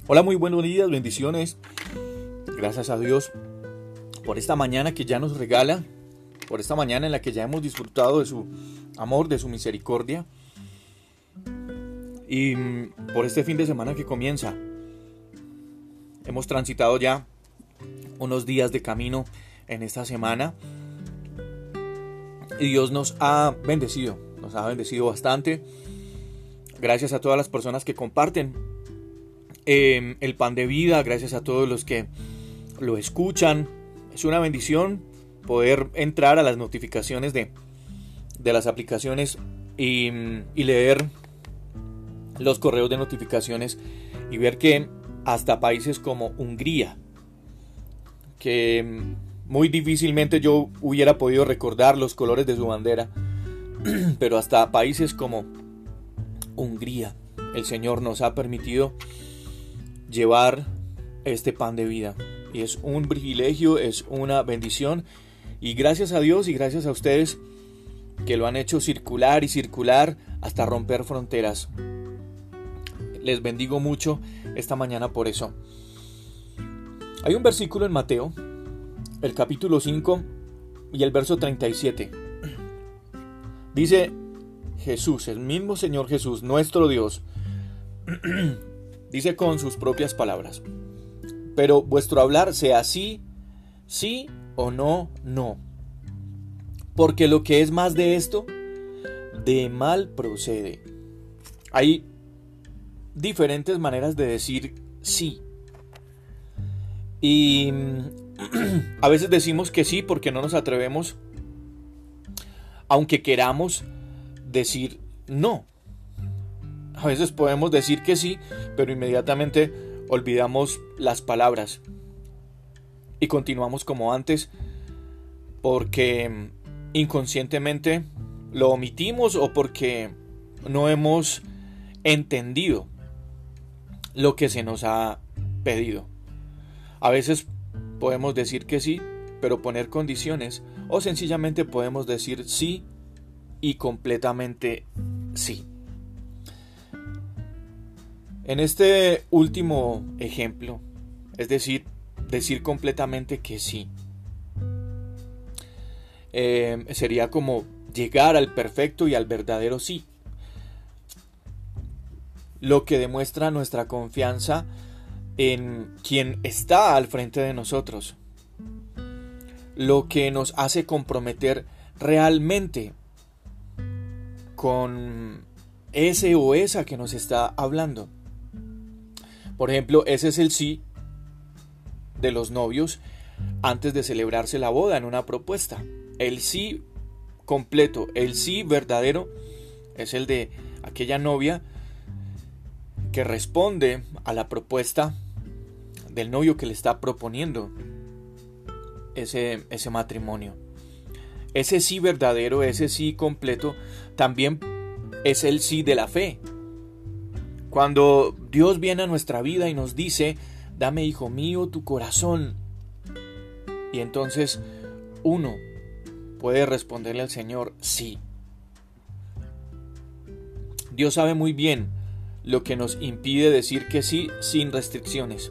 Hola, muy buenos días, bendiciones. Gracias a Dios por esta mañana que ya nos regala, por esta mañana en la que ya hemos disfrutado de su amor, de su misericordia y por este fin de semana que comienza. Hemos transitado ya unos días de camino en esta semana y Dios nos ha bendecido bastante. Gracias a todas las personas que comparten el pan de vida, gracias a todos los que lo escuchan. Es una bendición poder entrar a las notificaciones de las aplicaciones y leer los correos de notificaciones y ver que hasta países como Hungría, que muy difícilmente yo hubiera podido recordar los colores de su bandera, pero hasta países como Hungría, el Señor nos ha permitido llevar este pan de vida. Y es un privilegio, es una bendición. Y gracias a Dios y gracias a ustedes que lo han hecho circular y circular hasta romper fronteras. Les bendigo mucho esta mañana por eso. Hay un versículo en Mateo, el capítulo 5 y el verso 37. Dice Jesús, el mismo Señor Jesús, nuestro Dios, dice con sus propias palabras: pero vuestro hablar sea sí, sí o no, no. Porque lo que es más de esto, de mal procede. Hay diferentes maneras de decir sí. Y a veces decimos que sí porque no nos atrevemos, aunque queramos decir no. A veces podemos decir que sí, pero inmediatamente olvidamos las palabras y continuamos como antes porque inconscientemente lo omitimos o porque no hemos entendido lo que se nos ha pedido. A veces podemos decir que sí, pero poner condiciones, o sencillamente podemos decir sí y completamente sí. En este último ejemplo, es decir completamente que sí, sería como llegar al perfecto y al verdadero sí, lo que demuestra nuestra confianza en quien está al frente de nosotros, lo que nos hace comprometer realmente con ese o esa que nos está hablando. Por ejemplo, ese es el sí de los novios antes de celebrarse la boda en una propuesta. El sí completo, el sí verdadero, es el de aquella novia que responde a la propuesta del novio que le está proponiendo ese matrimonio. Ese sí verdadero, ese sí completo, también es el sí de la fe. Cuando Dios viene a nuestra vida y nos dice: dame, hijo mío, tu corazón. Y entonces uno puede responderle al Señor sí. Dios sabe muy bien lo que nos impide decir que sí sin restricciones.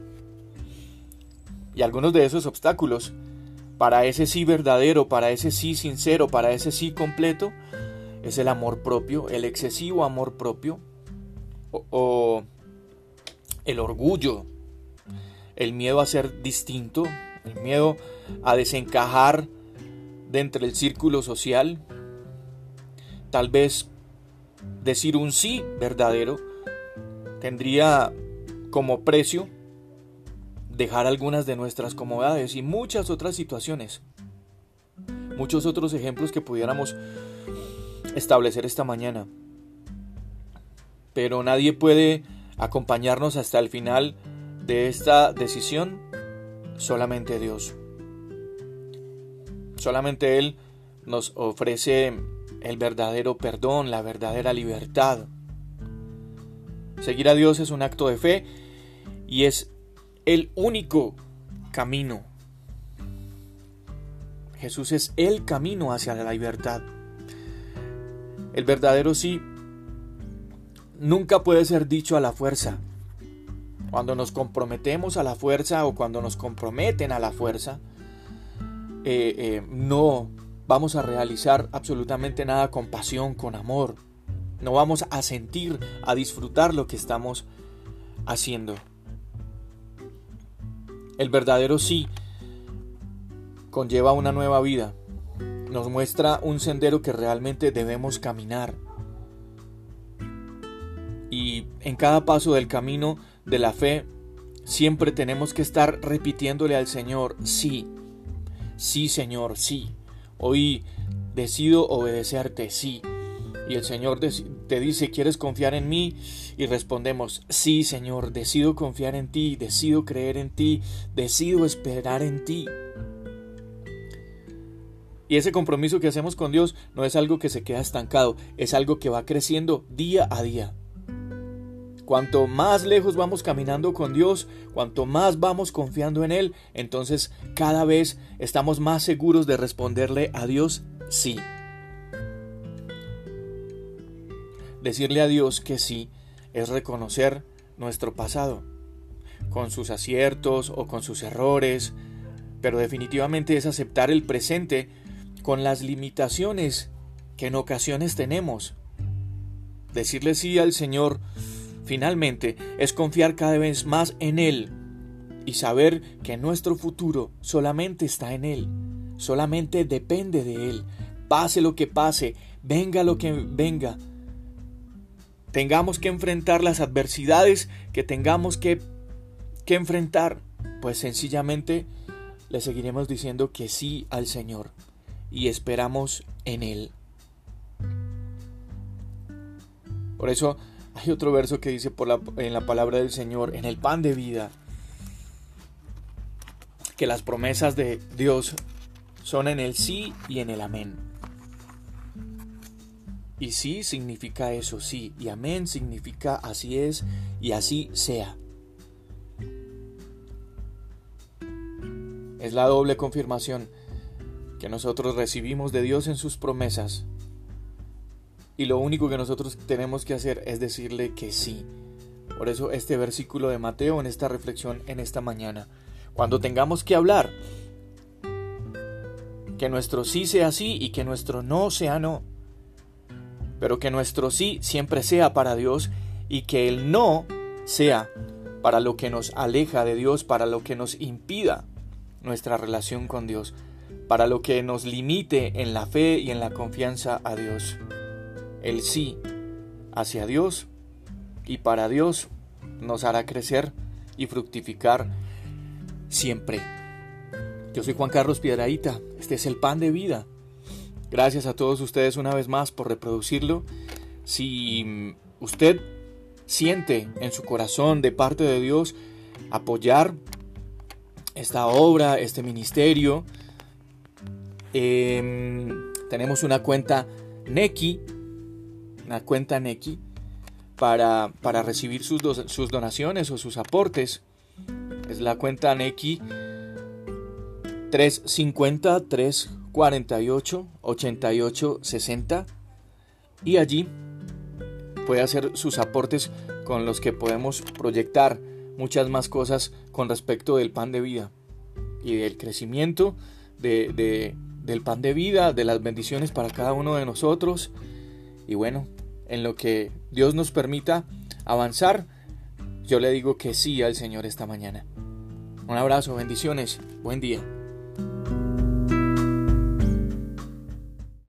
Y algunos de esos obstáculos para ese sí verdadero, para ese sí sincero, para ese sí completo, es el amor propio, el excesivo amor propio, o el orgullo, el miedo a ser distinto, el miedo a desencajar de entre el círculo social. Tal vez decir un sí verdadero tendría como precio dejar algunas de nuestras comodidades y muchas otras situaciones, muchos otros ejemplos que pudiéramos establecer esta mañana. Pero nadie puede acompañarnos hasta el final de esta decisión, solamente Dios. Solamente Él nos ofrece el verdadero perdón, la verdadera libertad. Seguir a Dios es un acto de fe y es el único camino. Jesús es el camino hacia la libertad. El verdadero sí nunca puede ser dicho a la fuerza. Cuando nos comprometemos a la fuerza o cuando nos comprometen a la fuerza, no vamos a realizar absolutamente nada con pasión, con amor. No vamos a sentir, a disfrutar lo que estamos haciendo. El verdadero sí conlleva una nueva vida. Nos muestra un sendero que realmente debemos caminar. Y en cada paso del camino de la fe, siempre tenemos que estar repitiéndole al Señor, sí, sí Señor, sí. Hoy decido obedecerte, sí. Y el Señor te dice, ¿quieres confiar en mí? Y respondemos, sí Señor, decido confiar en ti, decido creer en ti, decido esperar en ti. Y ese compromiso que hacemos con Dios no es algo que se queda estancado, es algo que va creciendo día a día. Cuanto más lejos vamos caminando con Dios, cuanto más vamos confiando en Él, entonces cada vez estamos más seguros de responderle a Dios sí. Decirle a Dios que sí es reconocer nuestro pasado, con sus aciertos o con sus errores, pero definitivamente es aceptar el presente con las limitaciones que en ocasiones tenemos. Decirle sí al Señor finalmente es confiar cada vez más en Él y saber que nuestro futuro solamente está en Él, solamente depende de Él. Pase lo que pase, venga lo que venga, tengamos que enfrentar las adversidades que tengamos que enfrentar, pues sencillamente le seguiremos diciendo que sí al Señor y esperamos en Él. Por eso hay otro verso que dice en la palabra del Señor, en el pan de vida, que las promesas de Dios son en el sí y en el amén. Y sí significa eso, sí, y amén significa así es y así sea. Es la doble confirmación que nosotros recibimos de Dios en sus promesas. Y lo único que nosotros tenemos que hacer es decirle que sí. Por eso este versículo de Mateo en esta reflexión en esta mañana. Cuando tengamos que hablar, que nuestro sí sea sí y que nuestro no sea no. Pero que nuestro sí siempre sea para Dios y que el no sea para lo que nos aleja de Dios, para lo que nos impida nuestra relación con Dios, para lo que nos limite en la fe y en la confianza a Dios. El sí hacia Dios y para Dios nos hará crecer y fructificar siempre. Yo soy Juan Carlos Piedrahita, este es el pan de vida. Gracias a todos ustedes una vez más por reproducirlo. Si usted siente en su corazón de parte de Dios apoyar esta obra, este ministerio, tenemos una cuenta Nequi, para recibir sus donaciones o sus aportes. Es la cuenta Nequi 350-348-8860 y allí puede hacer sus aportes con los que podemos proyectar muchas más cosas con respecto del pan de vida y del crecimiento del pan de vida, de las bendiciones para cada uno de nosotros. Y bueno, en lo que Dios nos permita avanzar, yo le digo que sí al Señor esta mañana. Un abrazo, bendiciones, buen día.